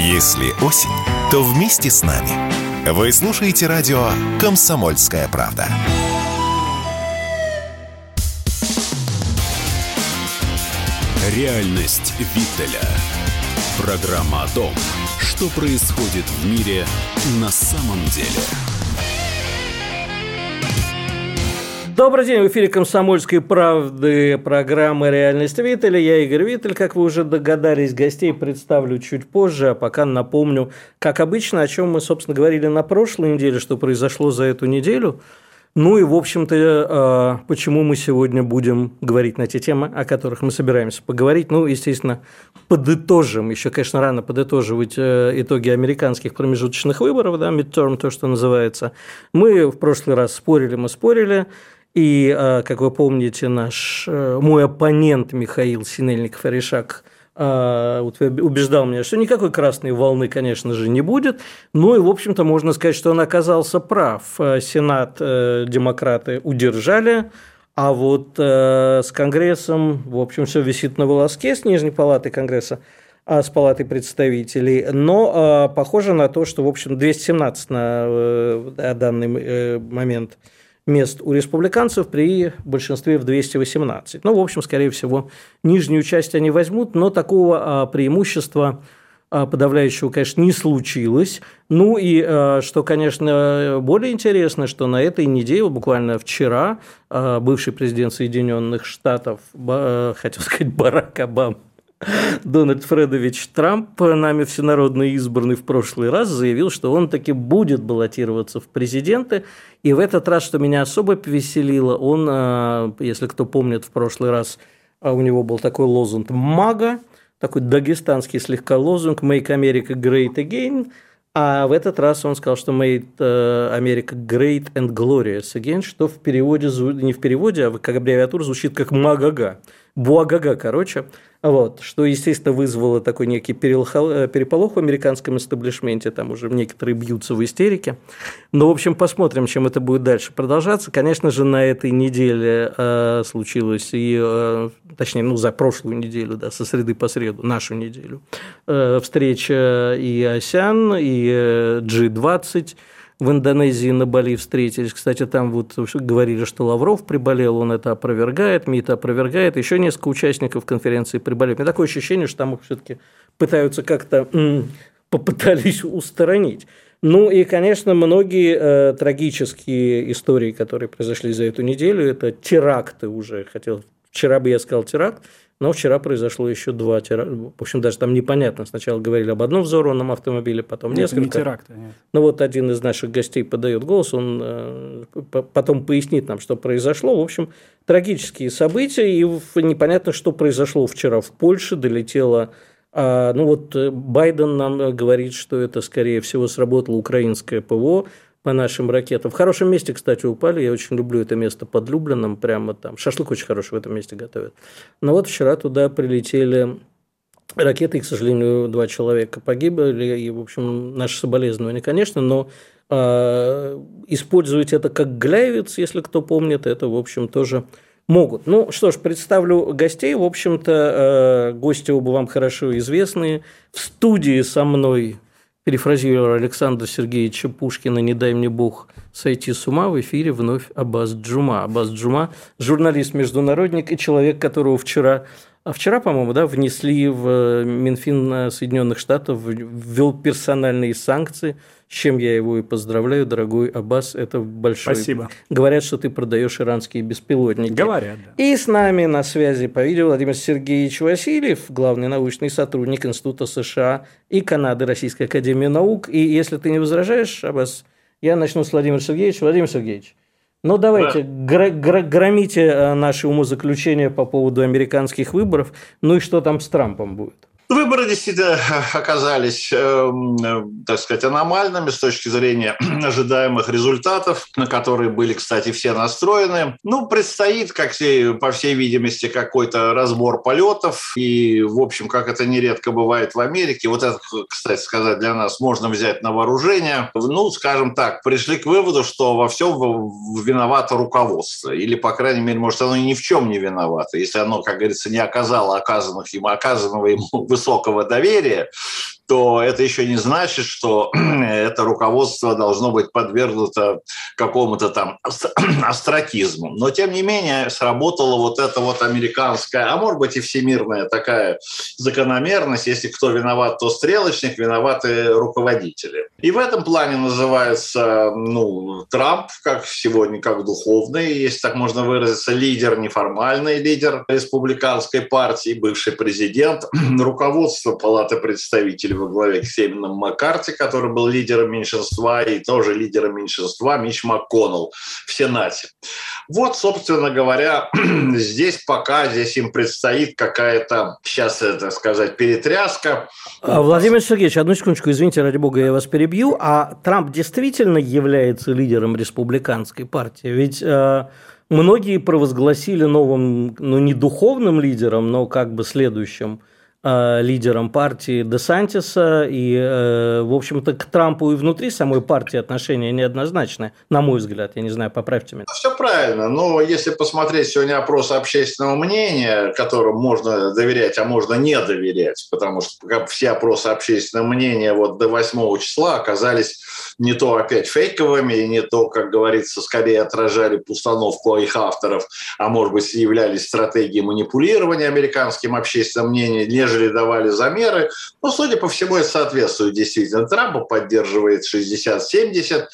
Если осень, то вместе с нами. Вы слушаете радио «Комсомольская правда». Реальность Виттеля. Программа о том, что происходит в мире на самом деле. Добрый день, в эфире «Комсомольской правды» программы «Реальность Виттеля». Я Игорь Виттель, как вы уже догадались, гостей представлю чуть позже, а пока напомню, как обычно, о чем мы, собственно, говорили на прошлой неделе, что произошло за эту неделю. Ну и, в общем-то, почему мы сегодня будем говорить на те темы, о которых мы собираемся поговорить. Ну, естественно, подытожим, еще, конечно, рано подытоживать итоги американских промежуточных выборов, да, midterm, то, что называется. Мы в прошлый раз спорили, и, как вы помните, мой оппонент Михаил Синельников-Орешак убеждал меня, что никакой красной волны, конечно же, не будет. Ну и, в общем-то, можно сказать, что он оказался прав. Сенат демократы удержали, а вот с Конгрессом, в общем, все висит на волоске с Нижней палатой Конгресса, с Палатой представителей. Но похоже на то, что, в общем, 217 на данный момент мест у республиканцев при большинстве в 218. Ну, в общем, скорее всего, нижнюю часть они возьмут, но такого преимущества подавляющего, конечно, не случилось. Ну и, что, конечно, более интересно, что на этой неделе, буквально вчера, бывший президент Соединенных Штатов, хотел сказать, Барак Обама, Дональд Фредович Трамп, нами всенародно избранный в прошлый раз, заявил, что он таки будет баллотироваться в президенты. И в этот раз, что меня особо повеселило, он, если кто помнит, в прошлый раз у него был такой лозунг «МАГА», такой дагестанский слегка лозунг «Make America Great Again», а в этот раз он сказал, что «Make America Great and Glorious Again», что в переводе, не в переводе, а как аббревиатура звучит как «МАГАГА». Буагага, короче, вот, что, естественно, вызвало такой некий переполох в американском истеблишменте, там уже некоторые бьются в истерике. Но, в общем, посмотрим, чем это будет дальше продолжаться. Конечно же, на этой неделе случилось, точнее, за прошлую неделю, да, со среды по среду, нашу неделю, встреча и АСЕАН, и G20, в Индонезии на Бали встретились. Кстати, там вот говорили, что Лавров приболел, он это опровергает, МИД опровергает, еще несколько участников конференции приболели. У меня такое ощущение, что там их все-таки пытаются как-то попытались устранить. Ну и, конечно, многие трагические истории, которые произошли за эту неделю, это теракты уже. Вчера бы я сказал теракт, но вчера произошло еще 2 теракта. В общем, даже там непонятно. Сначала говорили об одном взорванном автомобиле, потом несколько. Это не теракты, нет. Ну, вот один из наших гостей подает голос, он потом пояснит нам, что произошло. В общем, трагические события, и непонятно, что произошло вчера в Польше, долетело. Байден нам говорит, что это, скорее всего, сработало украинское ПВО по нашим ракетам. В хорошем месте, кстати, упали. Я очень люблю это место под Люблином. Прямо там. Шашлык очень хороший в этом месте готовят. Но вот вчера туда прилетели ракеты, и, к сожалению, 2 человека погибли. И, в общем, наши соболезнования, конечно, но использовать это как гляйвиц, если кто помнит, это, в общем, тоже могут. Ну, что ж, представлю гостей. В общем-то, гости оба вам хорошо известные. В студии со мной, перефразирую Александра Сергеевича Пушкина, не дай мне Бог сойти с ума, в эфире вновь Аббас Джума. Аббас Джума – журналист-международник и человек, которого вчера, по-моему, да, внесли в Минфин Соединенных Штатов, ввел персональные санкции, с чем я его и поздравляю, дорогой Аббас, это большое. Спасибо. Говорят, что ты продаешь иранские беспилотники. Говорят, да. И с нами на связи по видео Владимир Сергеевич Васильев, главный научный сотрудник Института США и Канады Российской академии наук. И если ты не возражаешь, Аббас, я начну с Владимира Сергеевича. Владимир Сергеевич, ну давайте, громите наши умозаключения по поводу американских выборов, ну и что там с Трампом будет? Выборы действительно оказались, так сказать, аномальными с точки зрения ожидаемых результатов, на которые были, кстати, все настроены. Ну, предстоит, по всей видимости, какой-то разбор полетов. И, в общем, как это нередко бывает в Америке, вот это, кстати сказать, для нас можно взять на вооружение. Ну, скажем так, пришли к выводу, что во всем виновато руководство. Или, по крайней мере, может, оно ни в чем не виновато. Если оно, как говорится, не оказало оказанного ему высокого доверия, то это еще не значит, что это руководство должно быть подвергнуто какому-то там остракизму. Но, тем не менее, сработала вот эта вот американская, а может быть и всемирная такая закономерность. Если кто виноват, то стрелочник, виноваты руководители. И в этом плане называется Трамп, как сегодня, как духовный, если так можно выразиться, лидер, неформальный лидер республиканской партии, бывший президент, руководство Палаты представителей во главе с Кевином Маккарти, который был лидером меньшинства, и тоже лидером меньшинства Митч МакКоннелл в Сенате. Вот, собственно говоря, здесь им предстоит какая-то, сейчас, так сказать, перетряска. Владимир Сергеевич, одну секундочку, извините, ради бога, я вас перебью. А Трамп действительно является лидером республиканской партии? Ведь многие провозгласили новым, не духовным лидером, но как бы следующим лидером партии ДеСантиса, и, в общем-то, к Трампу и внутри самой партии отношения неоднозначные, на мой взгляд, я не знаю, поправьте меня. Все правильно, но если посмотреть сегодня опрос общественного мнения, которым можно доверять, а можно не доверять, потому что все опросы общественного мнения вот до 8 числа оказались не то опять фейковыми, и не то, как говорится, скорее отражали постановку их авторов, а может быть являлись стратегией манипулирования американским общественным мнением, нежели давали замеры. Но, судя по всему, это соответствует действительно. Трампа поддерживает 60-70%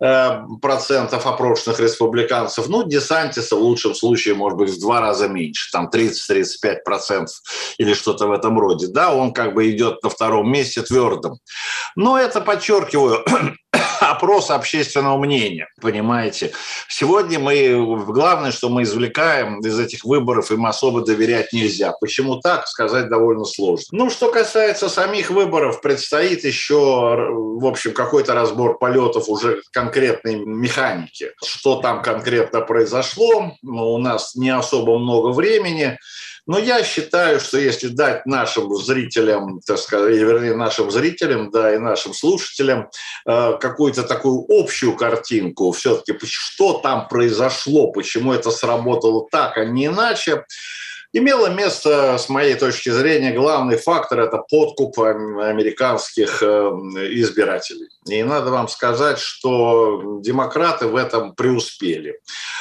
опрошенных республиканцев. ДеСантиса в лучшем случае, может быть, в 2 раза меньше, там 30-35% или что-то в этом роде. Да, он как бы идет на 2-м месте твердым. Но это, подчеркиваю, опрос общественного мнения, понимаете. Сегодня главное, что мы извлекаем из этих выборов, им особо доверять нельзя. Почему так, сказать довольно сложно. Что касается самих выборов, предстоит еще, в общем, какой-то разбор полетов уже конкретной механики. Что там конкретно произошло, у нас не особо много времени. Но я считаю, что если дать нашим зрителям, так сказать, нашим зрителям, да, и нашим слушателям какую-то такую общую картинку, все-таки что там произошло, почему это сработало так, а не иначе, имело место, с моей точки зрения, главный фактор – это подкуп американских избирателей. И надо вам сказать, что демократы в этом преуспели.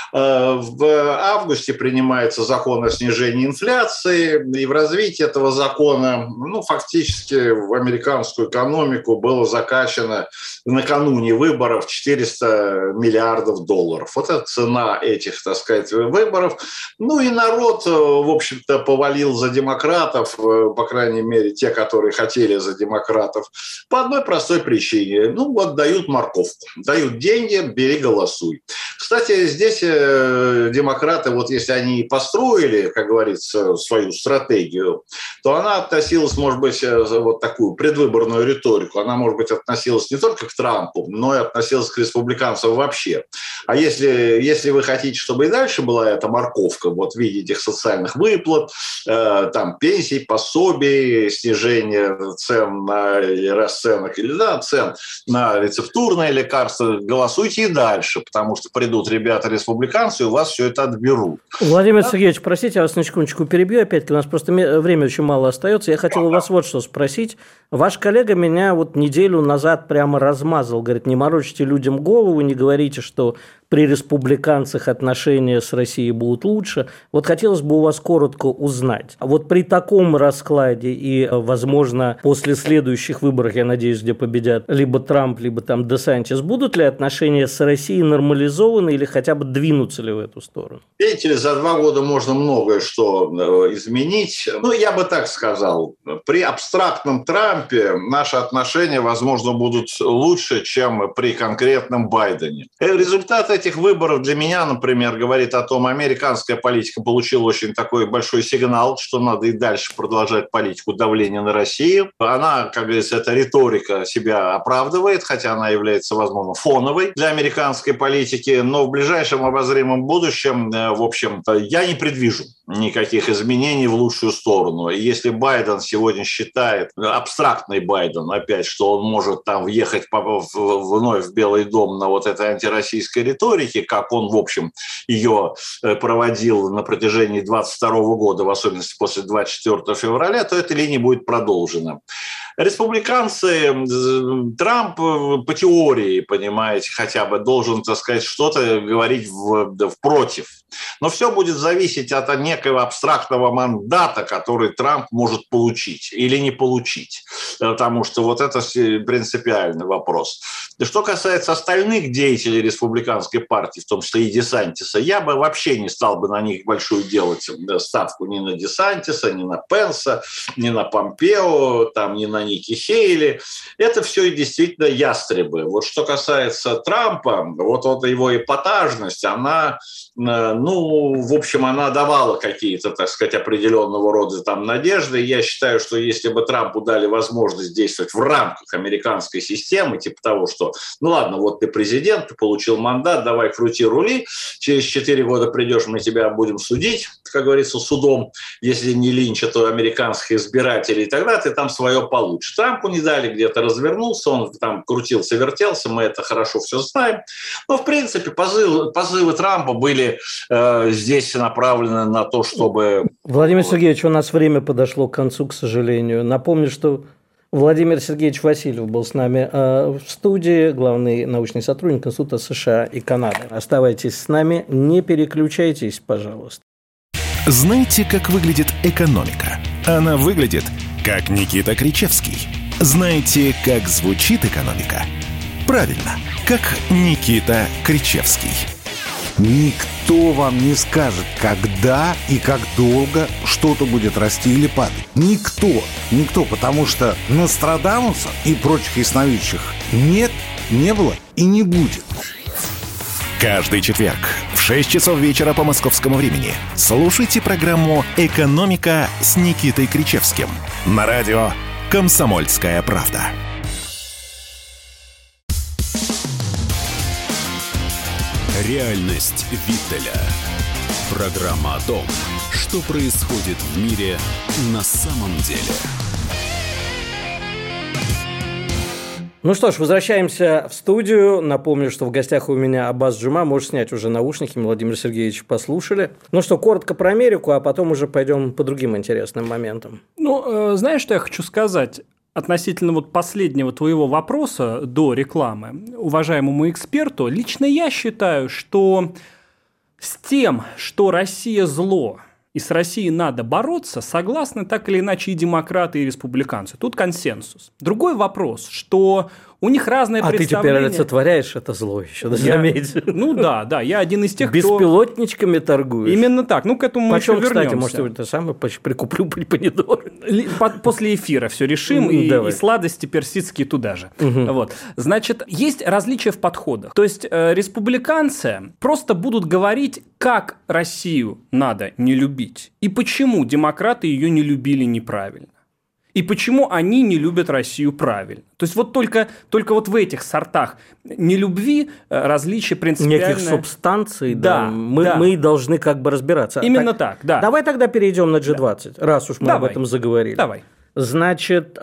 В августе принимается закон о снижении инфляции, и в развитии этого закона, фактически в американскую экономику было закачано накануне выборов 400 миллиардов долларов. Вот это цена этих, так сказать, выборов. И народ, в общем-то, повалил за демократов, по крайней мере, те, которые хотели за демократов, по одной простой причине. Дают морковку, дают деньги, бери, голосуй. Кстати, здесь демократы, если они построили, как говорится, свою стратегию, то она относилась, может быть, вот такую предвыборную риторику, она, может быть, относилась не только к Трампу, но и относилась к республиканцам вообще. А если вы хотите, чтобы и дальше была эта морковка, в виде этих социальных выплат, там, пенсий, пособий, снижение цен на расценок или цен на рецептурные лекарства, голосуйте и дальше, потому что придут ребята-республиканцы, и у вас все это отберут. Владимир Сергеевич, простите, я вас на секундочку перебью опять, у нас просто время очень мало остается. Я хотел у вас вот что спросить. Ваш коллега меня неделю назад прямо размазал, говорит, не морочите людям голову, не говорите, что при республиканцах отношения с Россией будут лучше. Хотелось бы у вас коротко узнать. При таком раскладе и, возможно, после следующих выборов, я надеюсь, где победят либо Трамп, либо там ДеСантис, будут ли отношения с Россией нормализованы или хотя бы двинутся ли в эту сторону? Видите ли, за 2 года можно многое что изменить. Я бы так сказал, при абстрактном Трампе наши отношения, возможно, будут лучше, чем при конкретном Байдене. Результат этих выборов для меня, например, говорит о том, американская политика получила очень такой большой сигнал, что надо и дальше продолжать политику давления на Россию. Она, как говорится, эта риторика себя оправдывает, хотя она является, возможно, фоновой для американской политики, но в ближайшем обозримом будущем, в общем, я не предвижу никаких изменений в лучшую сторону. И если Байден сегодня считает, абстрактный Байден, опять, что он может там въехать вновь в Белый дом на этой антироссийской риторике, как он, в общем, ее проводил на протяжении 2022 года, в особенности после 24 февраля, то эта линия будет продолжена. Республиканцы, Трамп по теории, понимаете, хотя бы должен, так сказать, что-то говорить против. Но все будет зависеть от некого абстрактного мандата, который Трамп может получить или не получить. Потому что вот это принципиальный вопрос. Что касается остальных деятелей республиканской партии, в том числе и Десантиса, я бы вообще не стал бы на них большую делать ставку ни на Десантиса, ни на Пенса, ни на Помпео, там, ни на Ники Хейли. Это все действительно ястребы. Вот что касается Трампа, вот его эпатажность, она, в общем, она давала какие-то, так сказать, определенного рода там надежды. Я считаю, что если бы Трампу дали возможность действовать в рамках американской системы, типа того, что, ладно, вот ты президент, ты получил мандат, давай крути рули, через 4 года придешь, мы тебя будем судить, как говорится, судом, если не Линча, то американских избирателей, тогда ты там свое получишь. Трампу не дали, где-то развернулся, он там крутился, вертелся, мы это хорошо все знаем. Но, в принципе, позывы Трампа были здесь направлены на то, чтобы... Владимир Сергеевич, у нас время подошло к концу, к сожалению. Напомню, что Владимир Сергеевич Васильев был с нами в студии, главный научный сотрудник Института США и Канады. Оставайтесь с нами, не переключайтесь, пожалуйста. Знаете, как выглядит экономика? Она выглядит, как Никита Кричевский. Знаете, как звучит экономика? Правильно, как Никита Кричевский. Никто вам не скажет, когда и как долго что-то будет расти или падать. Никто, потому что Нострадамуса и прочих ясновидящих нет, не было и не будет. Каждый четверг в 6 часов вечера по московскому времени слушайте программу «Экономика» с Никитой Кричевским на радио «Комсомольская правда». Реальность Виттеля. Программа о том, что происходит в мире на самом деле. Ну что ж, возвращаемся в студию. Напомню, что в гостях у меня Аббас Джума. Можешь снять уже наушники, мы Владимира Сергеевича послушали. Ну что, коротко про Америку, а потом уже пойдем по другим интересным моментам. Знаешь, что я хочу сказать? Относительно вот последнего твоего вопроса до рекламы, уважаемому эксперту, лично я считаю, что с тем, что Россия зло, и с Россией надо бороться, согласны так или иначе и демократы, и республиканцы. Тут консенсус. Другой вопрос, что у них разное представление. А ты теперь олицетворяешь это зло еще, заметь. Да, я один из тех, кто... Беспилотничками торгуешь. Именно так, к этому мы еще вернемся. Кстати, может, это самое, прикуплю помидоры. После эфира все решим, и сладости персидские туда же. Вот. Значит, есть различия в подходах. То есть, республиканцы просто будут говорить, как Россию надо не любить, и почему демократы ее не любили неправильно. И почему они не любят Россию правильно. То есть, вот только вот в этих сортах нелюбви различия принципиальные. Неких субстанций, да. Мы должны как бы разбираться. Именно так, да. Давай тогда перейдем на G20, раз уж мы об этом заговорили. Давай. Значит,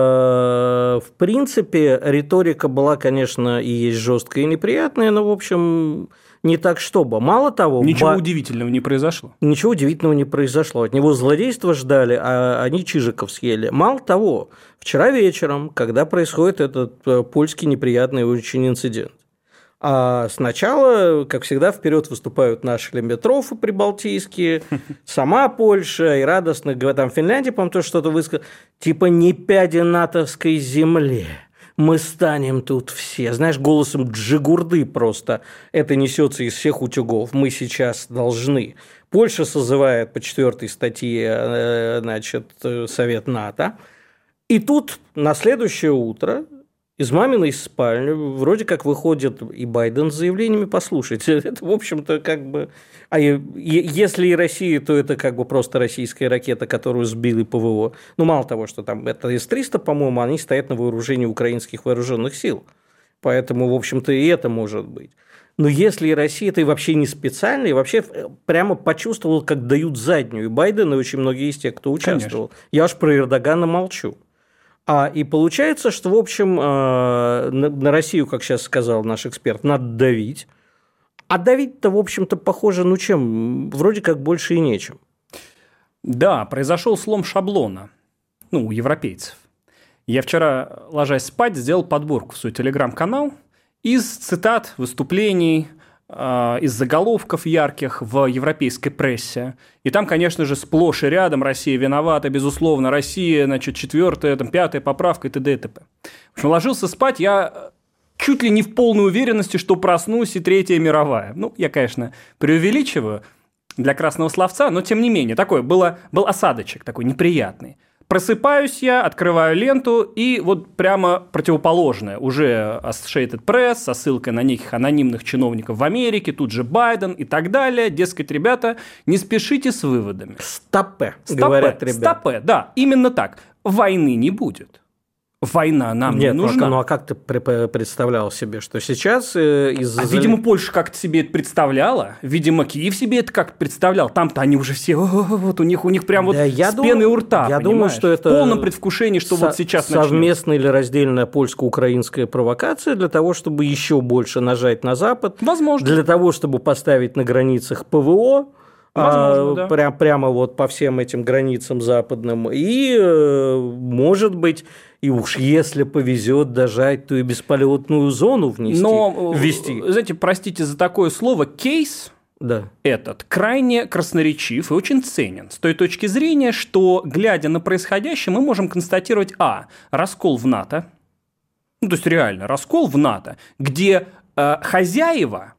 в принципе, риторика была, конечно, и есть жесткая и неприятная, но, в общем, не так чтобы. Мало того... Ничего удивительного не произошло. Ничего удивительного не произошло. От него злодейства ждали, а они чижиков съели. Мало того, вчера вечером, когда происходит этот польский неприятный очень инцидент, а сначала, как всегда, вперед выступают наши лимитрофы прибалтийские, сама Польша, и радостно говорят, там Финляндия, по-моему, тоже что-то высказала, типа «не пяди натовской земле». Мы станем тут все. Знаешь, голосом Джигурды просто это несется из всех утюгов. Мы сейчас должны. Польша созывает по 4 статье, значит, Совет НАТО. И тут на следующее утро из маминой спальни вроде как выходит и Байден с заявлениями, послушайте, это, в общем-то, как бы... А если и Россия, то это как бы просто российская ракета, которую сбили ПВО. Ну, мало того, что там это С-300, по-моему, они стоят на вооружении украинских вооруженных сил. Поэтому, в общем-то, и это может быть. Но если и Россия, это и вообще не специально, и вообще прямо почувствовал, как дают заднюю. И Байден, и очень многие из тех, кто участвовал. Конечно. Я уж про Эрдогана молчу. И получается, что, в общем, на Россию, как сейчас сказал наш эксперт, надо давить. А давить-то, в общем-то, похоже, чем? Вроде как больше и нечем. Да, произошел слом шаблона, у европейцев. Я вчера, ложась спать, сделал подборку в свой телеграм-канал из цитат, выступлений, из заголовков ярких в европейской прессе. И там, конечно же, сплошь и рядом Россия виновата, безусловно, Россия, значит, 4-я, 5-я поправка и т.д. и т.п. В общем, ложился спать я чуть ли не в полной уверенности, что проснусь и 3-я мировая. Ну, я, конечно, преувеличиваю для красного словца, но тем не менее, такой был осадочек, такой неприятный. Просыпаюсь я, открываю ленту, и вот прямо противоположное. Уже Associated Press со ссылкой на неких анонимных чиновников в Америке, тут же Байден и так далее. Дескать, ребята, не спешите с выводами. Стопе, говорят ребята. Стопе, да, именно так. Войны не будет. Война нам не нужна. Ну а как ты представлял себе, что сейчас из-за... видимо, Польша как-то себе это представляла. Видимо, Киев себе это как-то представлял. Там-то они уже все... Вот у них прям вот с пеной у рта, я думаю, что это в полном предвкушении, что вот сейчас начнется. Совместная или раздельная польско-украинская провокация для того, чтобы еще больше нажать на Запад. Возможно. Для того, чтобы поставить на границах ПВО. Возможно, да. Прямо вот по всем этим границам западным. И, может быть, и уж если повезет дожать, то и бесполетную зону ввести. Знаете, простите за такое слово, кейс этот крайне красноречив и очень ценен. С той точки зрения, что, глядя на происходящее, мы можем констатировать, раскол в НАТО, ну, то есть реально раскол в НАТО, где хозяева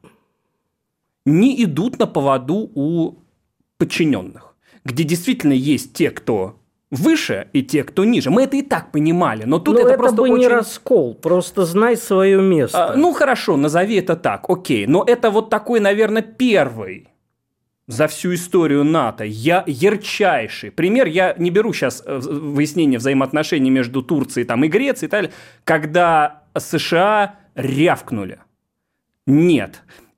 не идут на поводу у подчиненных, где действительно есть те, кто выше, и те, кто ниже. Мы это и так понимали, но тут это просто бы не раскол, просто знай свое место. Ну, хорошо, назови это так, окей, но это вот такой, наверное, первый за всю историю НАТО, ярчайший пример. Я не беру сейчас выяснение взаимоотношений между Турцией и Грецией и так далее, когда США рявкнули. Нет.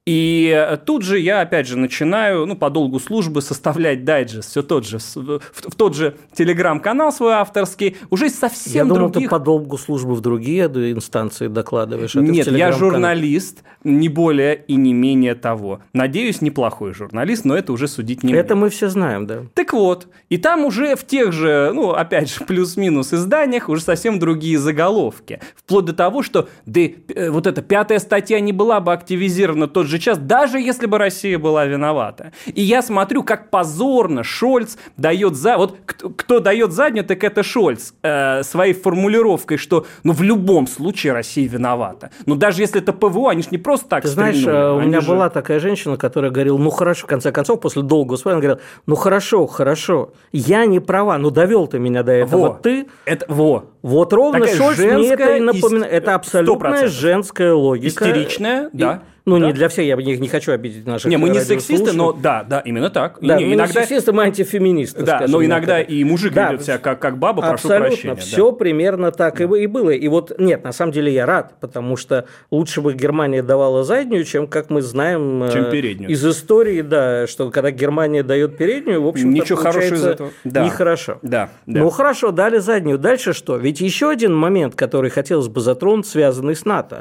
И тут же я, опять же, начинаю, по долгу службы составлять дайджест, в тот же телеграм-канал свой авторский, уже совсем других... Я думал, ты по долгу службы в другие инстанции докладываешь. Нет, я журналист, не более и не менее того. Надеюсь, неплохой журналист, но это уже судить не мне. Это мы все знаем, да. Так вот, и там уже в тех же, опять же, плюс-минус изданиях уже совсем другие заголовки. Вплоть до того, что вот эта 5-я статья не была бы активизирована тот же час, даже если бы Россия была виновата. И я смотрю, как позорно Шольц дает вот кто дает заднюю, так это Шольц своей формулировкой, что в любом случае Россия виновата. Но даже если это ПВО, они же не просто так стрельнули. Ты знаешь, у меня была такая женщина, которая говорила, хорошо, в конце концов, после долгого спора, она говорила, хорошо, я не права, довел ты меня до этого, ты... Вот ровно такая Шольц мне это и напоминает. Это абсолютная женская логика. Истеричная, да. Не для всех, я не хочу обидеть наших мы не сексисты, но да, именно так. Да, мы иногда... не сексисты, мы антифеминисты. Да, но иногда и мужик ведет себя как баба, прошу прощения. Абсолютно, все примерно так и было. И вот, нет, на самом деле я рад, потому что лучше бы Германия давала заднюю, чем, как мы знаем, из истории, что когда Германия дает переднюю, в общем-то, ничего хорошего из этого. Нехорошо. Да. Хорошо, дали заднюю. Дальше что? Ведь еще один момент, который хотелось бы затронуть, связанный с НАТО.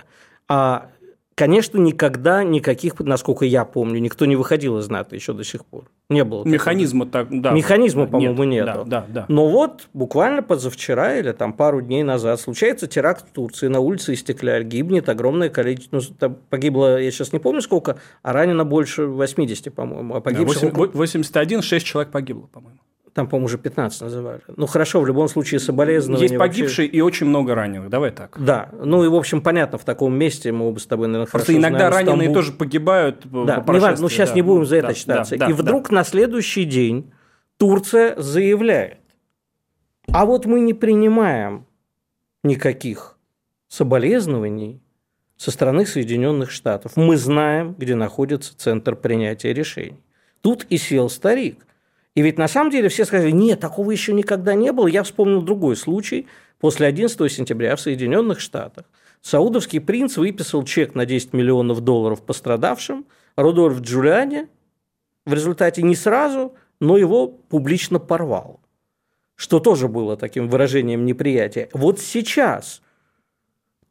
Конечно, никогда никаких, насколько я помню, никто не выходил из НАТО еще до сих пор. Не было. Механизма, по-моему, нету. Да. Но вот буквально позавчера или пару дней назад случается теракт в Турции, на улице Истекляль, гибнет огромное количество, погибло, я сейчас не помню сколько, а ранено больше 80, по-моему. А погибших 81, 6 человек погибло, по-моему. Там, по-моему, уже 15 называли. Хорошо, в любом случае соболезнования. Есть погибшие и очень много раненых, давай так. Да, и, в общем, понятно, в таком месте мы оба с тобой, наверное, просто хорошо иногда знаем, раненые тоже погибают. Да, неважно, сейчас не будем за это считаться. И вдруг на следующий день Турция заявляет, а вот мы не принимаем никаких соболезнований со стороны Соединенных Штатов. Мы знаем, где находится центр принятия решений. Тут и сел старик. И ведь на самом деле все сказали, нет, такого еще никогда не было. Я вспомнил другой случай. После 11 сентября в Соединенных Штатах саудовский принц выписал чек на $10 миллионов пострадавшим. Рудольф Джулиани в результате не сразу, но его публично порвал. Что тоже было таким выражением неприятия. Вот сейчас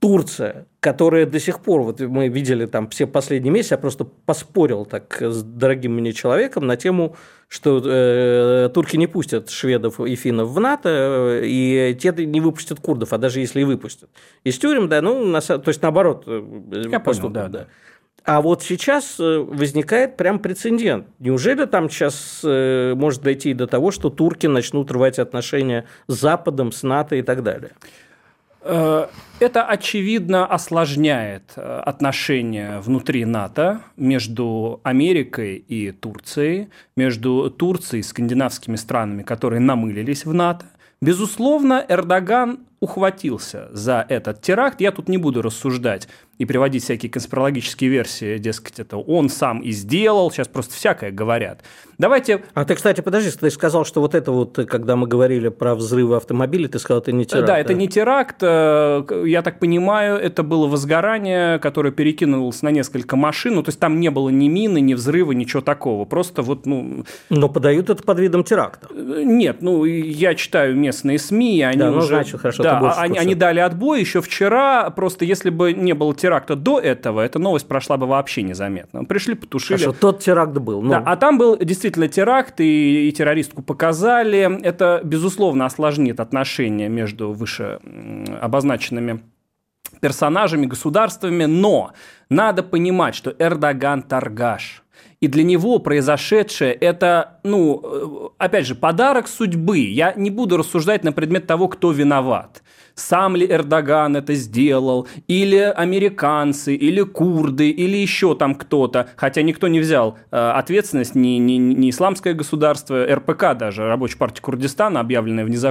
Турция, которая до сих пор, вот мы видели там все последние месяцы, я просто поспорил так с дорогим мне человеком на тему, что турки не пустят шведов и финнов в НАТО, и те не выпустят курдов, а даже если и выпустят из тюрем, да, то есть наоборот. Я понял, да. А вот сейчас возникает прям прецедент. Неужели там сейчас может дойти до того, что турки начнут рвать отношения с Западом, с НАТО и так далее? Это, очевидно, осложняет отношения внутри НАТО между Америкой и Турцией, между Турцией и скандинавскими странами, которые намылились в НАТО. Безусловно, Эрдоган ухватился за этот теракт. Я тут не буду рассуждать и приводить всякие конспирологические версии, дескать, это он сам и сделал, сейчас просто всякое говорят. Давайте… А ты, кстати, подожди, ты сказал, что вот это вот, когда мы говорили про взрывы автомобилей, ты сказал, это не теракт. Да, это не теракт, я так понимаю, это было возгорание, которое перекинулось на несколько машин, то есть там не было ни мины, ни взрыва, ничего такого, просто вот, Но подают это под видом теракта. Нет, я читаю местные СМИ, они уже… значит, хорошо, они дали отбой еще вчера, просто если бы не было теракта до этого, эта новость прошла бы вообще незаметно. Пришли, потушили. Хорошо, тот теракт был. Да, а там был действительно теракт, и террористку показали. Это, безусловно, осложнит отношения между выше обозначенными персонажами, государствами, но надо понимать, что Эрдоган торгаш. И для него произошедшее – это, опять же, подарок судьбы. Я не буду рассуждать на предмет того, кто виноват. Сам ли Эрдоган это сделал, или американцы, или курды, или еще там кто-то. Хотя никто не взял ответственность, ни исламское государство, РПК даже, Рабочая партия Курдистана, объявленная вне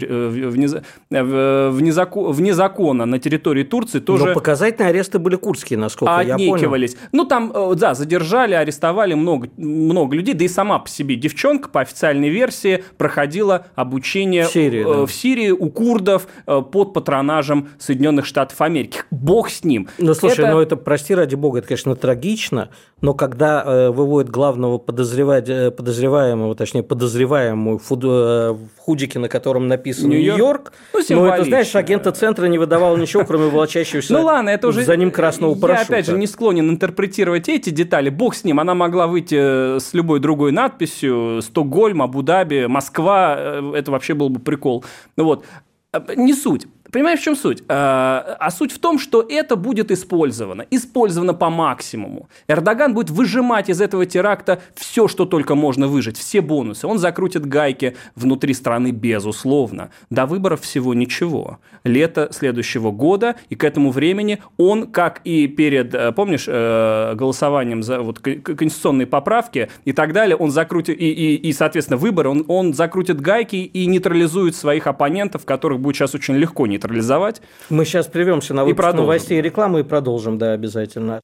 закона на территории Турции, тоже… Но показательные аресты были курдские, насколько я понял. Отнекивались. Задержали, арестовали много людей, да и сама по себе девчонка, по официальной версии, проходила обучение в Сирии у курдов под патронажем Соединенных Штатов Америки. Бог с ним. Слушай, прости ради бога, это, конечно, трагично, но когда выводят главного подозреваемого в худике, на котором написано Нью-Йорк, это, знаешь, агента центра не выдавал ничего, кроме волочащегося за ним красного парашюта. Я, опять же, не склонен интерпретировать эти детали. Бог с ним, она могла выйти с любой другой надписью: Стокгольм, Абу-Даби, Москва, это вообще был бы прикол. Не суть. Понимаешь, в чем суть? А суть в том, что это будет использовано по максимуму. Эрдоган будет выжимать из этого теракта все, что только можно выжать, все бонусы. Он закрутит гайки внутри страны, безусловно. До выборов всего ничего. Лето следующего года, и к этому времени он, как и перед, помнишь, голосованием за конституционные поправки и так далее, он закрутит, и соответственно, выборы, он закрутит гайки и нейтрализует своих оппонентов, которых будет сейчас очень легко нейтрализовать. Мы сейчас прервемся на выпуск новостей и рекламы и продолжим, да, обязательно.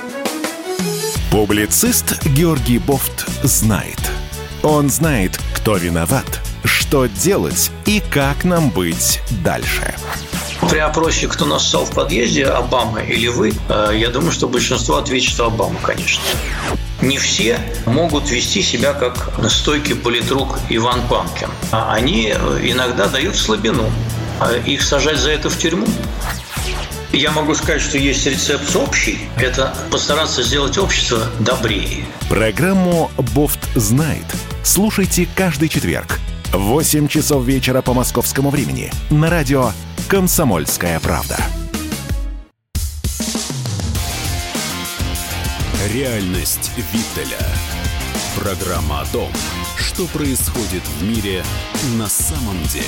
Публицист Георгий Бофт знает. Он знает, кто виноват, что делать и как нам быть дальше. При опросе, кто нассал в подъезде, Обама или вы, я думаю, что большинство ответит, что Обама, конечно. Не все могут вести себя как стойкий политрук Иван Панкин. Они иногда дают слабину. Их сажать за это в тюрьму? Я могу сказать, что есть рецепт общий. Это постараться сделать общество добрее. Программу «Бофт знает» слушайте каждый четверг в 8 часов вечера по московскому времени на радио «Комсомольская правда». Реальность Виттеля. Программа о том, что происходит в мире на самом деле.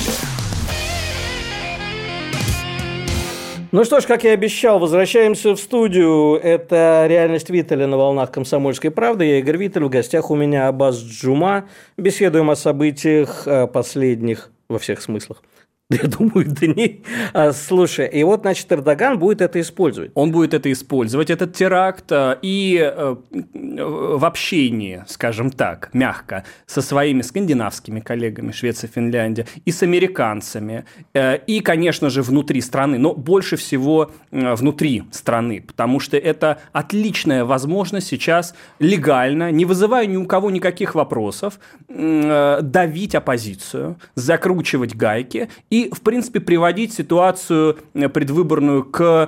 Ну что ж, как я и обещал, возвращаемся в студию. Это «Реальность Виттеля» на волнах «Комсомольской правды». Я Игорь Виттель, в гостях у меня Аббас Джума. Беседуем о событиях последних во всех смыслах. Я думаю, дней. Слушай, и вот, значит, Эрдоган будет это использовать. Он будет это использовать, этот теракт, и в общении, скажем так, мягко, со своими скандинавскими коллегами, Швеция, Финляндия, и с американцами, и, конечно же, внутри страны, но больше всего внутри страны, потому что это отличная возможность сейчас легально, не вызывая ни у кого никаких вопросов, давить оппозицию, закручивать гайки и, в принципе, приводить ситуацию предвыборную к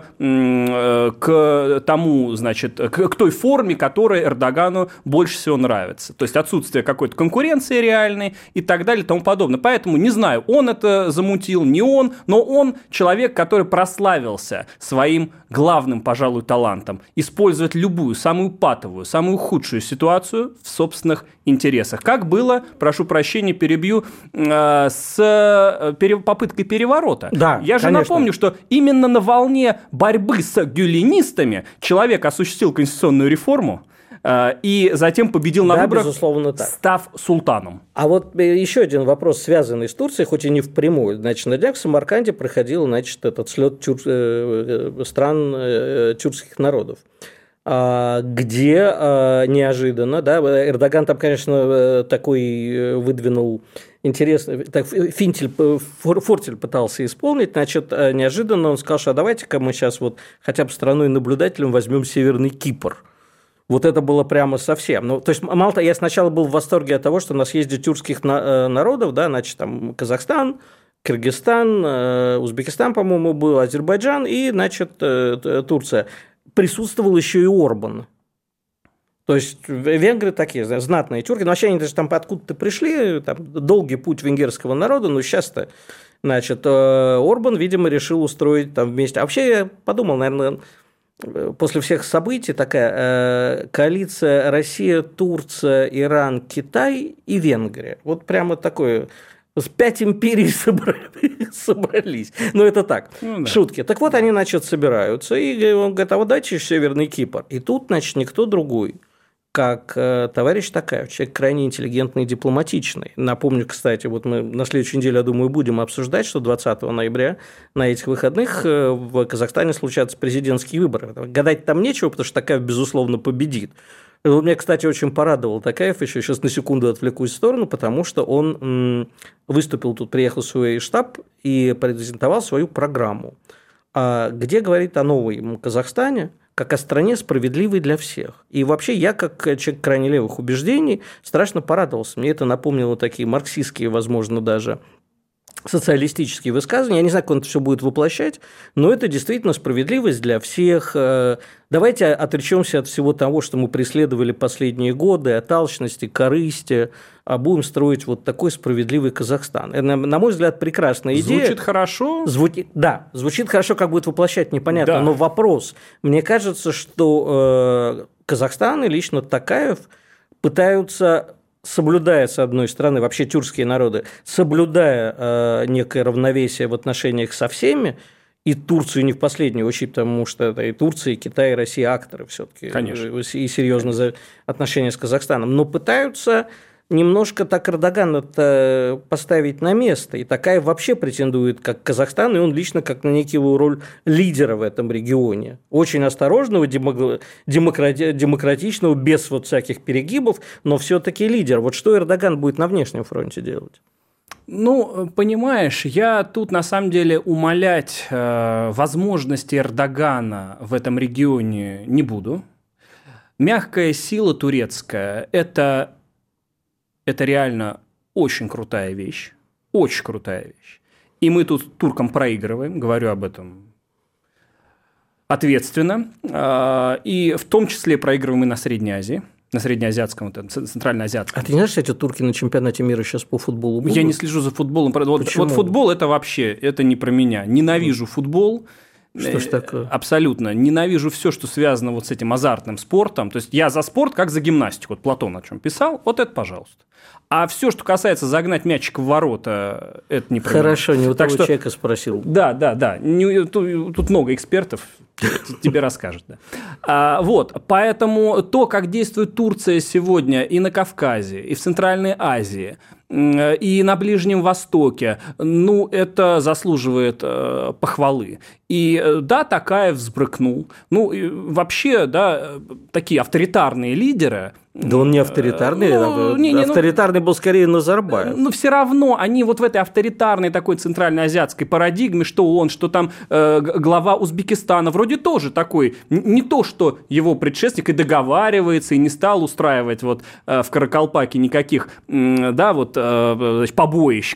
тому, значит, к той форме, которая Эрдогану больше всего нравится. То есть отсутствие какой-то конкуренции реальной и так далее и тому подобное. Поэтому не знаю, он это замутил, не он, но он человек, который прославился своим главным, пожалуй, талантом послужить любую, самую патовую, самую худшую ситуацию в собственных интересах. Как было, прошу прощения, перебью, с попыткой переворота. Да, я же напомню, что именно на волне борьбы с гюленистами человек осуществил конституционную реформу и затем победил на выборах, став султаном. А вот еще один вопрос, связанный с Турцией, хоть и не впрямую. Значит, на днях в Самарканде проходил, значит, этот слет стран тюркских народов, где неожиданно, да, Эрдоган там, конечно, такой выдвинул интересный, так, фортель пытался исполнить, значит, неожиданно он сказал, что давайте-ка мы сейчас вот хотя бы страной-наблюдателем возьмем Северный Кипр. Вот это было прямо совсем. Ну, то есть, мало того, я сначала был в восторге от того, что на съезде тюркских народов, да, значит, там Казахстан, Кыргызстан, Узбекистан, по-моему, был, Азербайджан и, значит, Турция. Присутствовал еще и Орбан. То есть, венгры такие, знатные тюрки. Но вообще они даже там откуда-то пришли, там долгий путь венгерского народа, но сейчас-то, значит, Орбан, видимо, решил устроить там вместе. А вообще я подумал, наверное, после всех событий такая коалиция Россия, Турция, Иран, Китай и Венгрия. Вот прямо такое... 5 империй собрались. Ну, это так, шутки. Так вот, они, значит, собираются, и он говорит, а вот дайте Северный Кипр. И тут, значит, никто другой, как товарищ Токаев, человек крайне интеллигентный и дипломатичный. Напомню, кстати, вот мы на следующей неделе, я думаю, будем обсуждать, что 20 ноября на этих выходных в Казахстане случатся президентские выборы. Гадать там нечего, потому что Токаев, безусловно, победит. Меня, кстати, очень порадовал Токаев, еще сейчас на секунду отвлекусь в сторону, потому что он выступил тут, приехал в свой штаб и презентовал свою программу, где говорит о новом Казахстане, как о стране справедливой для всех. И вообще я, как человек крайне левых убеждений, страшно порадовался. Мне это напомнило такие марксистские, возможно, даже социалистические высказывания. Я не знаю, как он это все будет воплощать, но это действительно справедливость для всех. Давайте отречемся от всего того, что мы преследовали последние годы, от алчности, корысти, а будем строить вот такой справедливый Казахстан. Это, на мой взгляд, прекрасная идея. Звучит хорошо? Да, звучит хорошо, как будет воплощать, непонятно. Да. Но вопрос. Мне кажется, что Казахстан и лично Токаев пытаются... соблюдая, с одной стороны, вообще тюркские народы, соблюдая некое равновесие в отношениях со всеми, и Турцию не в последнюю очередь, потому что это и Турция, и Китай, и Россия акторы все-таки, и серьезно за отношения с Казахстаном, но пытаются немножко так Эрдогана поставить на место. И Токаев вообще претендует как Казахстан, и он лично как на некую роль лидера в этом регионе. Очень осторожного, демократичного, без вот всяких перегибов, но все-таки лидер. Вот что Эрдоган будет на внешнем фронте делать? Ну, понимаешь, я тут на самом деле умалять возможности Эрдогана в этом регионе не буду. Мягкая сила турецкая – это реально очень крутая вещь. Очень крутая вещь. И мы тут туркам проигрываем, говорю об этом ответственно. И в том числе проигрываем и на Средней Азии. На среднеазиатском, центральноазиатском. А ты знаешь, эти турки на чемпионате мира сейчас по футболу будут? Я не слежу за футболом. Вот футбол – это вообще, это не про меня. Ненавижу футбол. Что ж такое? Абсолютно. Ненавижу все, что связано вот с этим азартным спортом. То есть, я за спорт, как за гимнастику. Вот Платон о чем писал, вот это пожалуйста. А все, что касается загнать мячик в ворота, это не про меня. Хорошо, не у того человека спросил. Да. Тут много экспертов, тебе расскажут. Да. Вот, поэтому то, как действует Турция сегодня и на Кавказе, и в Центральной Азии, и на Ближнем Востоке, ну, это заслуживает похвалы. И да, Токаев взбрыкнул. Ну, вообще, да, такие авторитарные лидеры. Да он не авторитарный, авторитарный был скорее Назарбаев. Но все равно они вот в этой авторитарной такой центральноазиатской парадигме, что он, что там глава Узбекистана, вроде тоже такой, не то, что его предшественник и договаривается, и не стал устраивать вот в Каракалпаке никаких, да, вот побоищ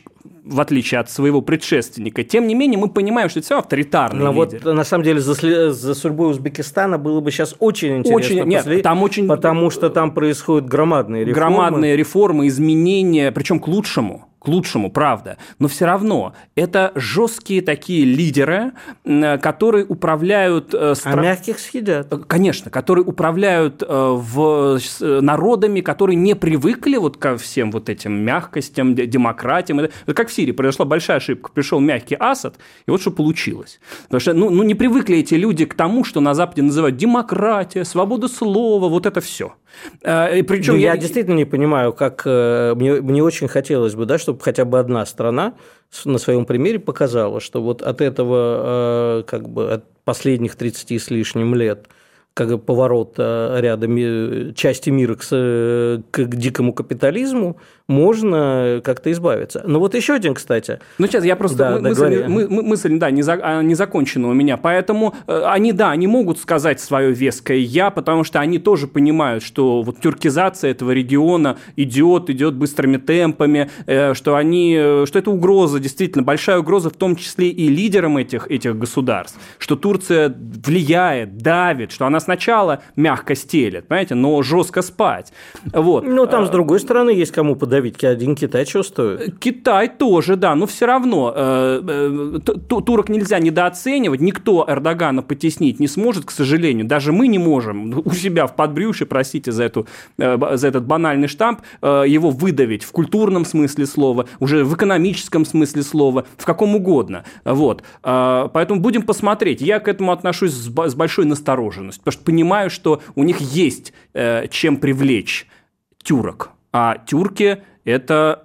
в отличие от своего предшественника. Тем не менее, мы понимаем, что это все авторитарный лидер. Вот, на самом деле, за судьбой Узбекистана было бы сейчас очень интересно последить, потому что там происходят громадные реформы. Громадные реформы, изменения, причем к лучшему. К лучшему, правда. Но все равно это жесткие такие лидеры, которые управляют... А мягких съедят. Конечно, которые управляют народами, которые не привыкли вот ко всем вот этим мягкостям, демократиям. Это как в Сирии произошла большая ошибка. Пришел мягкий Асад, и вот что получилось. Потому что не привыкли эти люди к тому, что на Западе называют демократия, свобода слова, вот это все. Причем я действительно не понимаю, как мне очень хотелось бы, да, чтобы хотя бы одна страна на своем примере показала, что вот от этого, как бы от последних 30 с лишним лет, как поворот ряда части мира к дикому капитализму, можно как-то избавиться. Но вот еще один, кстати. Ну, сейчас я просто... мысль не закончена у меня. Поэтому они могут сказать свое веское «я», потому что они тоже понимают, что вот тюркизация этого региона идет быстрыми темпами, что это угроза, действительно, большая угроза, в том числе и лидерам этих государств, что Турция влияет, давит, что она сначала мягко стелет, понимаете, но жестко спать. Вот. Ну, там, с другой стороны, есть кому подавить. Один Китай что стоит? Китай тоже, да, но все равно турок нельзя недооценивать, никто Эрдогана потеснить не сможет, к сожалению, даже мы не можем у себя в подбрюшье, простите за этот банальный штамп, его выдавить в культурном смысле слова, уже в экономическом смысле слова, в каком угодно. Вот. Поэтому будем посмотреть. Я к этому отношусь с большой настороженностью, потому что понимаю, что у них есть чем привлечь тюрок, а тюрки – это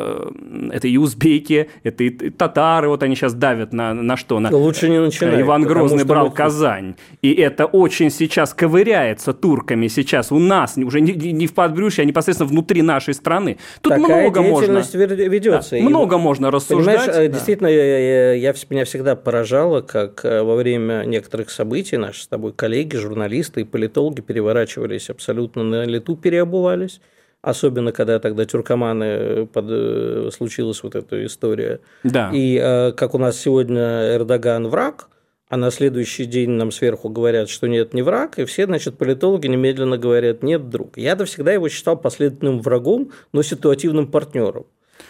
и узбеки, это и татары, вот они сейчас давят на что? Лучше не начинать. Иван Грозный брал Казань, и это очень сейчас ковыряется турками сейчас у нас, уже не в подбрюшье, а непосредственно внутри нашей страны. Тут такая много деятельность ведется. Да, много можно рассуждать. Понимаешь, действительно, меня всегда поражало, как во время некоторых событий наши с тобой коллеги, журналисты и политологи переворачивались абсолютно на лету, переобувались. Особенно, когда тогда тюркоманы случилась вот эта история. Да. И как у нас сегодня Эрдоган враг, а на следующий день нам сверху говорят, что нет, не враг, и все, значит, политологи немедленно говорят, нет, друг. Я-то всегда его считал последовательным врагом, но ситуативным партнером.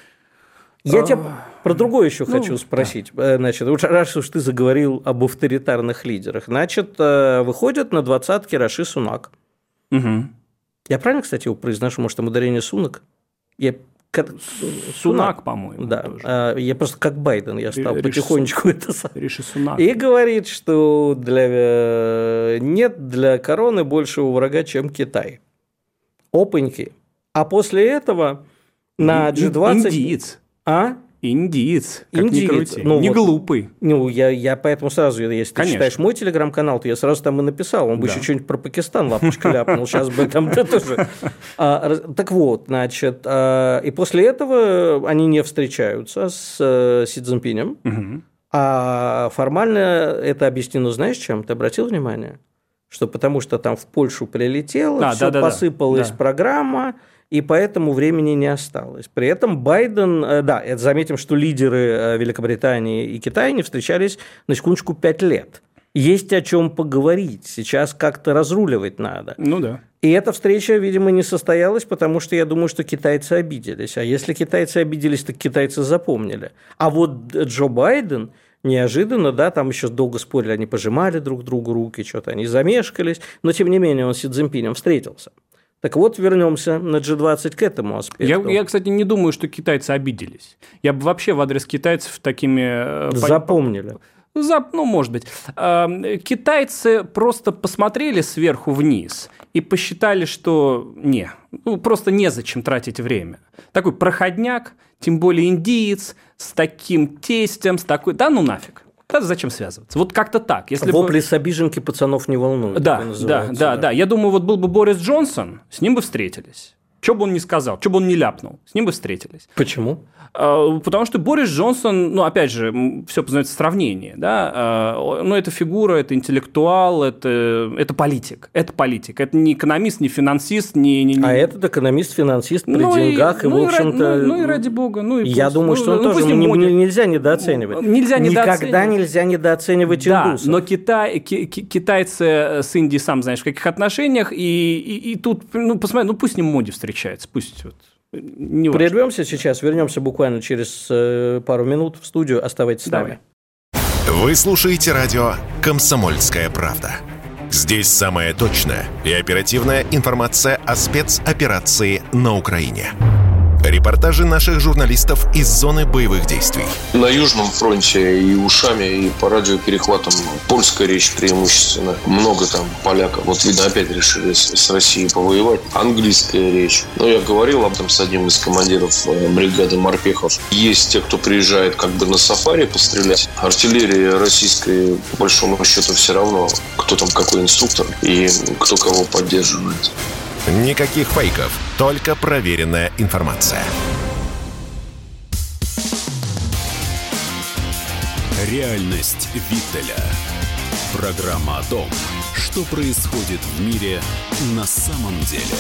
Я тебя про другое еще хочу спросить. Да. Значит, раз уж ты заговорил об авторитарных лидерах, значит, выходит на 20-ки Раши Сунак. Угу. Я правильно, кстати, его произношу? Может, там ударение Сунак? Сунак, по-моему. Да. Я просто как Байден, я стал потихонечку это сам. Риши Сунак. И говорит, что нет для короны большего врага, чем Китай. Опаньки. А после этого на G20... Индиец. А? Индиец, как ни крути. Не глупый. Я поэтому сразу, если ты читаешь мой телеграм-канал, то я сразу там и написал. Он бы еще что-нибудь про Пакистан лапочка ляпнул. Сейчас бы там тоже. Так вот, значит, и после этого они не встречаются с Си Цзиньпинем. А формально это объяснено, знаешь, чем? Ты обратил внимание? Что потому что там в Польшу прилетело, все посыпалась программа, и поэтому времени не осталось. При этом Байден, это заметим, что лидеры Великобритании и Китая не встречались на секундочку 5 лет. Есть о чем поговорить, сейчас как-то разруливать надо. Ну да. И эта встреча, видимо, не состоялась, потому что я думаю, что китайцы обиделись. А если китайцы обиделись, так китайцы запомнили. А вот Джо Байден... Неожиданно, там еще долго спорили, они пожимали друг другу руки, что-то они замешкались, но тем не менее он с Си Цзиньпинем встретился. Так вот, вернемся на G20 к этому аспекту. Я, кстати, не думаю, что китайцы обиделись. Я бы вообще в адрес китайцев такими... Запомнили. Может быть. Китайцы просто посмотрели сверху вниз и посчитали, что просто незачем тратить время. Такой проходняк, тем более индиец, с таким тестем, с такой... Да ну нафиг. Тогда зачем связываться? Вот как-то так. Вопли с обиженки пацанов не волнуют. Да. Я думаю, вот был бы Борис Джонсон, с ним бы встретились. Что бы он ни сказал, что бы он ни ляпнул, с ним бы встретились. Почему? Потому что Борис Джонсон, опять же, все познается в сравнении, да, но это фигура, это интеллектуал, это политик, это не экономист, не финансист, А этот экономист, финансист при деньгах, и, в общем-то... и ради бога, я думаю, что он тоже нельзя недооценивать. Никогда нельзя недооценивать индусов. Да, но китайцы с Индией, сам знаешь, в каких отношениях, и тут, посмотри, пусть с ним Моди встречается, пусть вот... Прервемся сейчас, вернемся буквально через пару минут в студию. Оставайтесь с нами. Вы слушаете радио «Комсомольская правда». Здесь самая точная и оперативная информация о спецоперации на Украине. Репортажи наших журналистов из зоны боевых действий. На Южном фронте и ушами, и по радиоперехватам польская речь преимущественно. Много там поляков. Вот, видно, опять решили с Россией повоевать. Английская речь. Я говорил об этом с одним из командиров бригады морпехов. Есть те, кто приезжает как бы на сафари пострелять. Артиллерии российской, по большому счету, все равно, кто там какой инструктор и кто кого поддерживает. Никаких фейков, только проверенная информация. Реальность Виттеля. Программа о том, что происходит в мире на самом деле.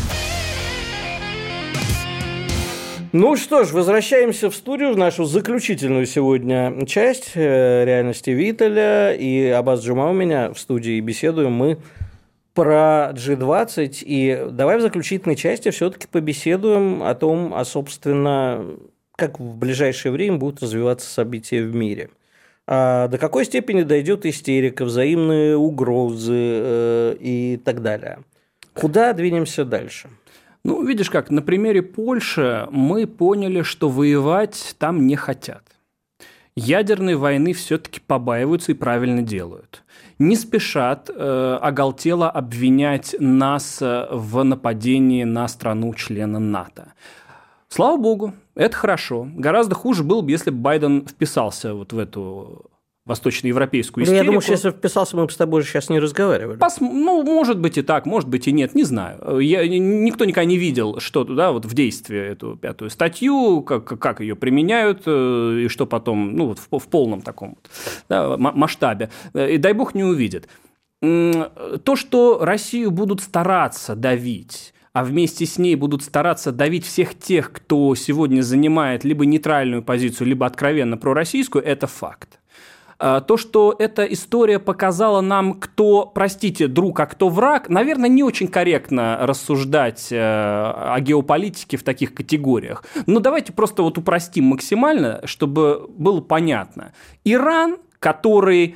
Ну что ж, возвращаемся в студию, в нашу заключительную сегодня часть реальности Виттеля. И Аббас Джума у меня в студии, и беседуем мы про G20, и давай в заключительной части все-таки побеседуем о том, собственно, как в ближайшее время будут развиваться события в мире. До какой степени дойдет истерика, взаимные угрозы и так далее. Куда двинемся дальше? Видишь как, на примере Польши мы поняли, что воевать там не хотят. Ядерной войны все-таки побаиваются и правильно делают. Не спешат оголтело обвинять нас в нападении на страну-члена НАТО. Слава богу, это хорошо. Гораздо хуже было бы, если бы Байден вписался вот в эту восточноевропейскую истерику. Я думаю, что если вписался, мы бы с тобой сейчас не разговаривали. Может быть и так, может быть и нет, не знаю. Никто никогда не видел, что туда вот в действии эту 5-ю статью, как ее применяют, и что потом в полном таком масштабе. И дай бог не увидит. То, что Россию будут стараться давить, а вместе с ней будут стараться давить всех тех, кто сегодня занимает либо нейтральную позицию, либо откровенно пророссийскую, это факт. То, что эта история показала нам, кто, простите, друг, а кто враг, наверное, не очень корректно рассуждать о геополитике в таких категориях. Но давайте просто вот упростим максимально, чтобы было понятно. Иран, который,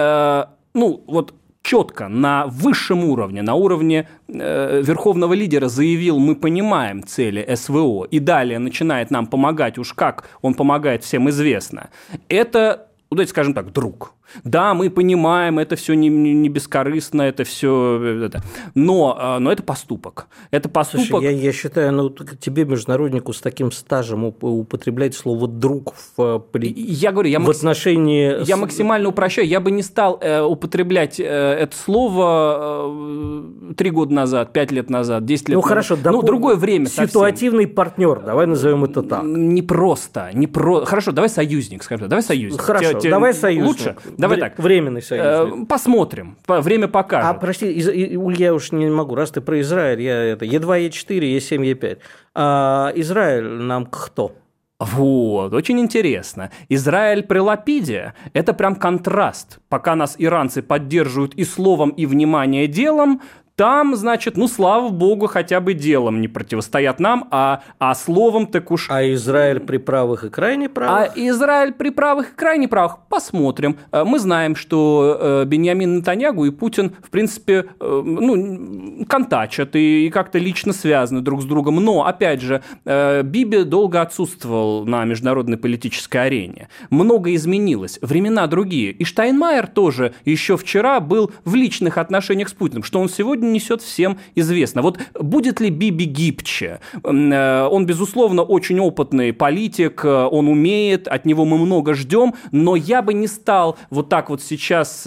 четко на высшем уровне, на уровне верховного лидера заявил, мы понимаем цели СВО, и далее начинает нам помогать, уж как он помогает, всем известно, это, давайте скажем так, друг. Да, мы понимаем, это все не бескорыстно, это все, но это поступок. Это поступок. Слушай, я считаю, тебе, международнику с таким стажем, употреблять слово «друг» в отношении... Я максимально упрощаю. Я бы не стал употреблять это слово 3 года назад, 5 лет назад, 10 лет назад. Хорошо, другое время ситуативный совсем. Партнер, давай назовем это так. Не просто. Хорошо, давай союзник, скажем. Давай союзник. Хорошо, давай союзник. Лучше? Давай так. Временный союзник. Посмотрим. Время покажет. Прости, я уж не могу. Раз ты про Израиль, Е2, Е4, Е7, Е5. А Израиль нам кто? Вот, очень интересно. Израиль при Лапиде – это прям контраст. Пока нас иранцы поддерживают и словом, и внимание делом, там, значит, слава богу, хотя бы делом не противостоят нам, а словом так уж... А Израиль при правых и крайне правых? А Израиль при правых и крайне правых? Посмотрим. Мы знаем, что Беньямин Нетаньяху и Путин, в принципе, контачат и как-то лично связаны друг с другом. Но, опять же, Биби долго отсутствовал на международной политической арене. Многое изменилось. Времена другие. И Штайнмайер тоже еще вчера был в личных отношениях с Путиным. Что он сегодня сегодня несет, всем известно. Вот будет ли Биби гибче? Он, безусловно, очень опытный политик, он умеет, от него мы много ждем, но я бы не стал вот так вот сейчас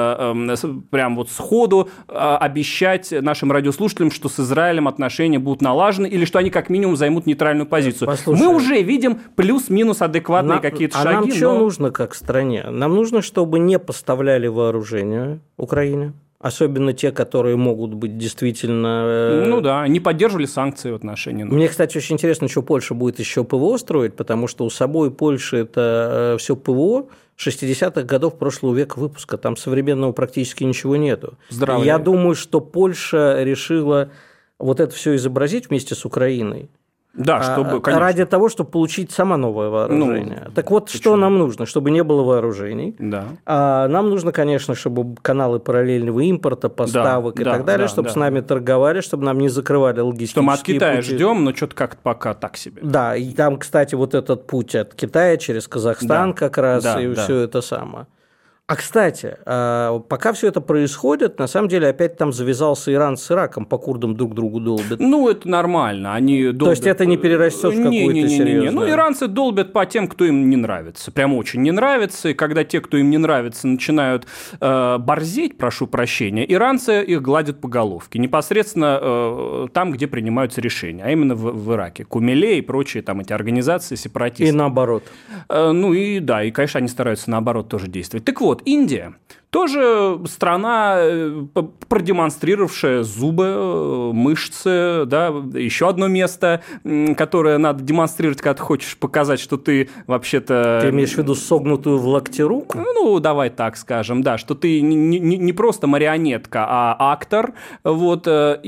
прям вот сходу обещать нашим радиослушателям, что с Израилем отношения будут налажены или что они как минимум займут нейтральную позицию. Послушай, мы уже видим плюс-минус адекватные какие-то шаги. А нам что нужно как стране? Нам нужно, чтобы не поставляли вооружение Украине. Особенно те, которые могут быть действительно... Ну да, не поддерживали санкции в отношении... Мне, кстати, очень интересно, что Польша будет еще ПВО строить, потому что у собой Польши это все ПВО 60-х годов прошлого века выпуска. Там современного практически ничего нету. Я думаю, что Польша решила вот это все изобразить вместе с Украиной. Да, чтобы, конечно. Ради того, чтобы получить само новое вооружение. Так вот, почему? Что нам нужно? Чтобы не было вооружений. Да. Нам нужно, конечно, чтобы каналы параллельного импорта, поставок и так далее, чтобы с нами торговали, чтобы нам не закрывали логистические что мы от Китая пути. Ждем, но что-то как-то пока так себе. Да, и там, кстати, вот этот путь от Китая через Казахстан как раз, и все это самое. А, кстати, пока все это происходит, на самом деле опять там завязался Иран с Ираком, по курдам друг другу долбят. Ну, это нормально. Они долбят... То есть это не перерастет в какую-то серьезную... Ну, иранцы долбят по тем, кто им не нравится. Прям очень не нравится. И когда те, кто им не нравится, начинают борзеть, прошу прощения, иранцы их гладят по головке. Непосредственно там, где принимаются решения. А именно в Ираке. Кумеле и прочие там эти организации сепаратисты. И наоборот. Ну, и да, и, конечно, они стараются наоборот тоже действовать. Так вот, Индия тоже страна, продемонстрировавшая зубы, мышцы, да, еще одно место, которое надо демонстрировать, когда ты хочешь показать, что ты вообще-то... Ты имеешь в виду согнутую в локте руку? Ну, давай так скажем, да, что ты не просто марионетка, а актор, вот,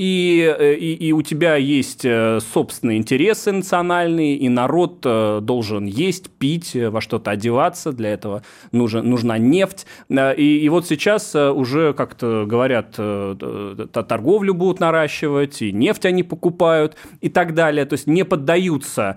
и у тебя есть собственные интересы национальные, и народ должен есть, пить, во что-то одеваться, для этого нужна нефть, и вот сейчас уже, как-то говорят, торговлю будут наращивать, и нефть они покупают, и так далее. То есть не поддаются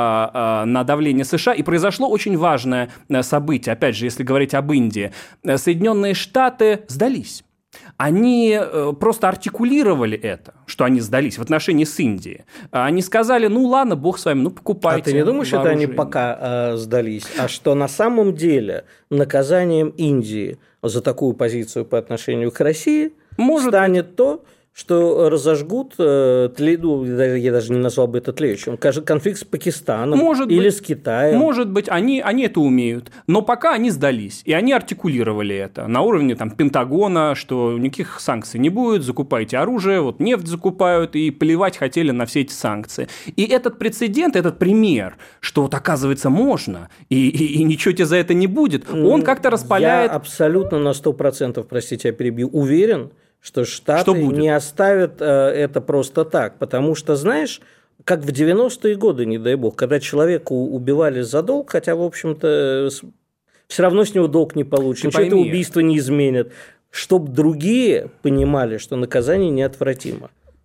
на давление США. И произошло очень важное событие. Опять же, если говорить об Индии. Соединенные Штаты сдались. Они просто артикулировали это, что они сдались в отношении с Индией. Они сказали, ну ладно, бог с вами, ну покупайте. А ты не думаешь, что это они пока сдались, а что на самом деле наказанием Индии за такую позицию по отношению к России станет то, что разожгут, я даже не назвал бы это тлеющим, конфликт с Пакистаном с Китаем. Может быть, они это умеют, но пока они сдались, и они артикулировали это на уровне там, Пентагона, что никаких санкций не будет, закупайте оружие, вот нефть закупают, и плевать хотели на все эти санкции. И этот прецедент, этот пример, что вот оказывается можно, и ничего тебе за это не будет, он как-то распаляет... Я абсолютно на 100%, простите, я перебью, уверен, что Штаты не оставят это просто так, потому что, знаешь, как в 90-е годы, не дай бог, когда человека убивали за долг, хотя, в общем-то, все равно с него долг не получит, ничего это убийство не изменит, чтобы другие понимали, что наказание неотвратимо.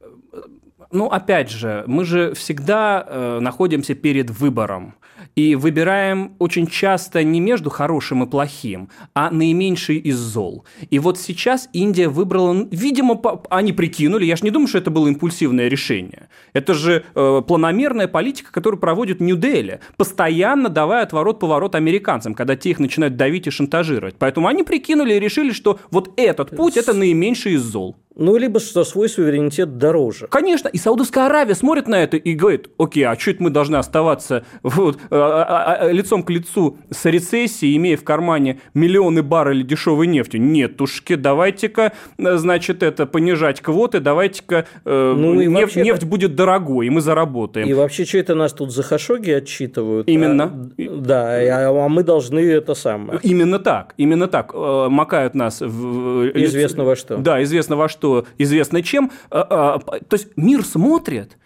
Ну, опять же, мы же всегда находимся перед выбором. И выбираем очень часто не между хорошим и плохим, а наименьший из зол. И вот сейчас Индия выбрала, видимо, они прикинули, я же не думаю, что это было импульсивное решение. Это же планомерная политика, которую проводит Нью-Дели, постоянно давая отворот-поворот американцам, когда те их начинают давить и шантажировать. Поэтому они прикинули и решили, что вот этот путь – это наименьший из зол. Ну, либо что свой суверенитет дороже. Конечно, и Саудовская Аравия смотрит на это и говорит, окей, а что это мы должны оставаться вот, лицом к лицу с рецессией, имея в кармане миллионы баррелей дешевой нефти? Нет, ушки, давайте-ка, значит, понижать квоты, давайте-ка нефть будет дорогой, и мы заработаем. И вообще, что это нас тут за хашоги отчитывают? Именно. А мы должны это самое. Именно так, макают нас в... Известно во что. Да, известно во что. Известно чем. То есть мир смотрит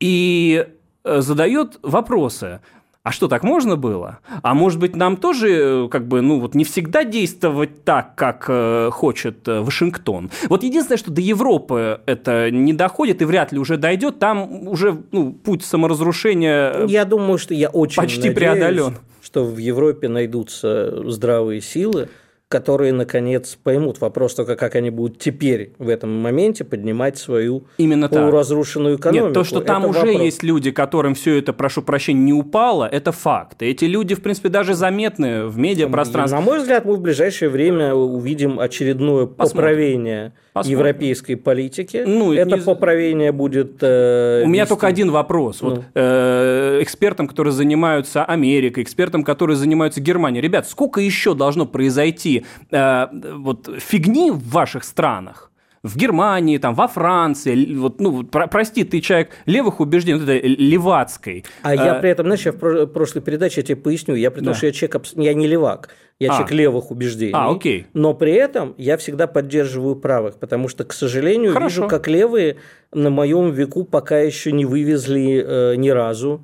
и задает вопросы. А что, так можно было? А может быть, нам тоже не всегда действовать так, как хочет Вашингтон? Вот единственное, что до Европы это не доходит и вряд ли уже дойдет, там уже путь саморазрушения я думаю, что я очень почти надеюсь, преодолен. Что в Европе найдутся здравые силы, которые, наконец, поймут. Вопрос только, как они будут теперь в этом моменте поднимать свою полуразрушенную экономику. Нет, то, что там уже есть люди, которым все это, прошу прощения, не упало, это факт. Эти люди, в принципе, даже заметны в медиапространстве. На мой взгляд, мы в ближайшее время увидим очередное поправление европейской политики. Это поправление будет... У меня только один вопрос. Экспертам, которые занимаются Америкой, экспертам, которые занимаются Германией. Ребят, сколько еще должно произойти фигни в ваших странах? В Германии, во Франции, прости, ты человек левых убеждений, левацкой. Я при этом, знаешь, я в прошлой передаче я тебе поясню, что я не левак, я человек левых убеждений, окей. Но при этом я всегда поддерживаю правых, потому что, к сожалению, вижу, как левые на моем веку пока еще не вывезли ни разу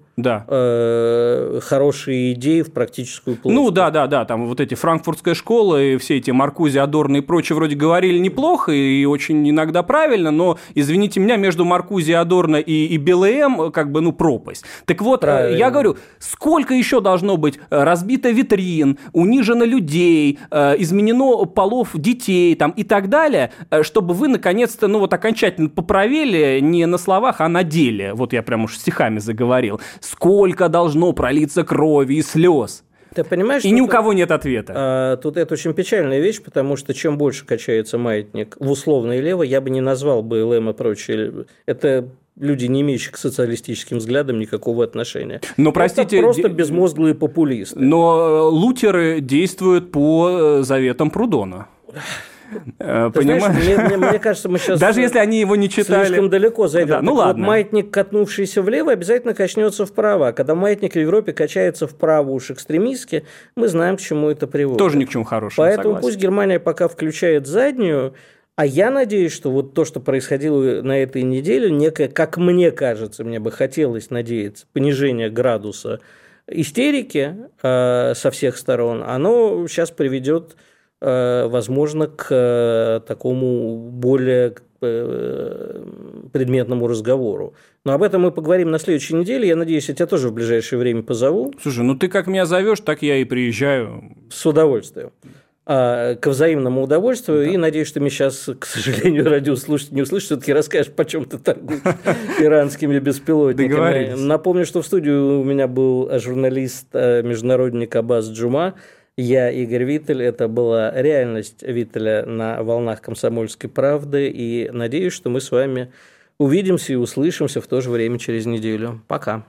хорошие идеи в практическую плоскость. Там эти франкфуртская школа и все эти Маркузи, Адорно и прочие вроде говорили неплохо и очень иногда правильно, но, извините меня, между Маркузи, Адорно и БЛМ пропасть. Так вот, правильно. Я говорю, сколько еще должно быть разбито витрин, унижено людей, изменено полов детей и так далее, чтобы вы наконец-то окончательно поправили не на словах, а на деле. Вот я прям уж стихами заговорил. Сколько должно пролиться крови и слез? Ты понимаешь, и ни у кого нет ответа. Тут это очень печальная вещь, потому что чем больше качается маятник в условное лево, я бы не назвал БЛМ и прочее. Это люди, не имеющие к социалистическим взглядам никакого отношения. Но, простите, это просто безмозглые популисты. Но лутеры действуют по заветам Прудона. Понимаешь? Мне кажется, мы сейчас даже если они его не читали, слишком далеко зайдем. Ладно. Маятник, катнувшийся влево, обязательно качнется вправо. А когда маятник в Европе качается вправо уж экстремистски, мы знаем, к чему это приводит. Тоже ни к чему хорошему. Поэтому пусть Германия пока включает заднюю. А я надеюсь, что то, что происходило на этой неделе, некое, как мне кажется, мне бы хотелось надеяться, понижение градуса истерики со всех сторон, оно сейчас приведет, возможно, к такому более предметному разговору. Но об этом мы поговорим на следующей неделе. Я надеюсь, я тебя тоже в ближайшее время позову. Слушай, ты как меня зовешь, так я и приезжаю. С удовольствием. Ко взаимному удовольствию. Да. И надеюсь, что мне сейчас, к сожалению, радиослушатель не услышит, все-таки расскажешь, почем ты торгуешь иранскими беспилотниками. Напомню, что в студии у меня был журналист-международник Аббас Джума. Я Игорь Виттель. Это была реальность Виттеля на волнах «Комсомольской правды». И надеюсь, что мы с вами увидимся и услышимся в то же время через неделю. Пока.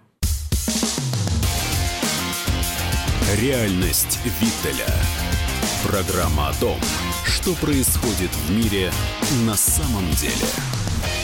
Реальность Виттеля. Программа о том, что происходит в мире на самом деле.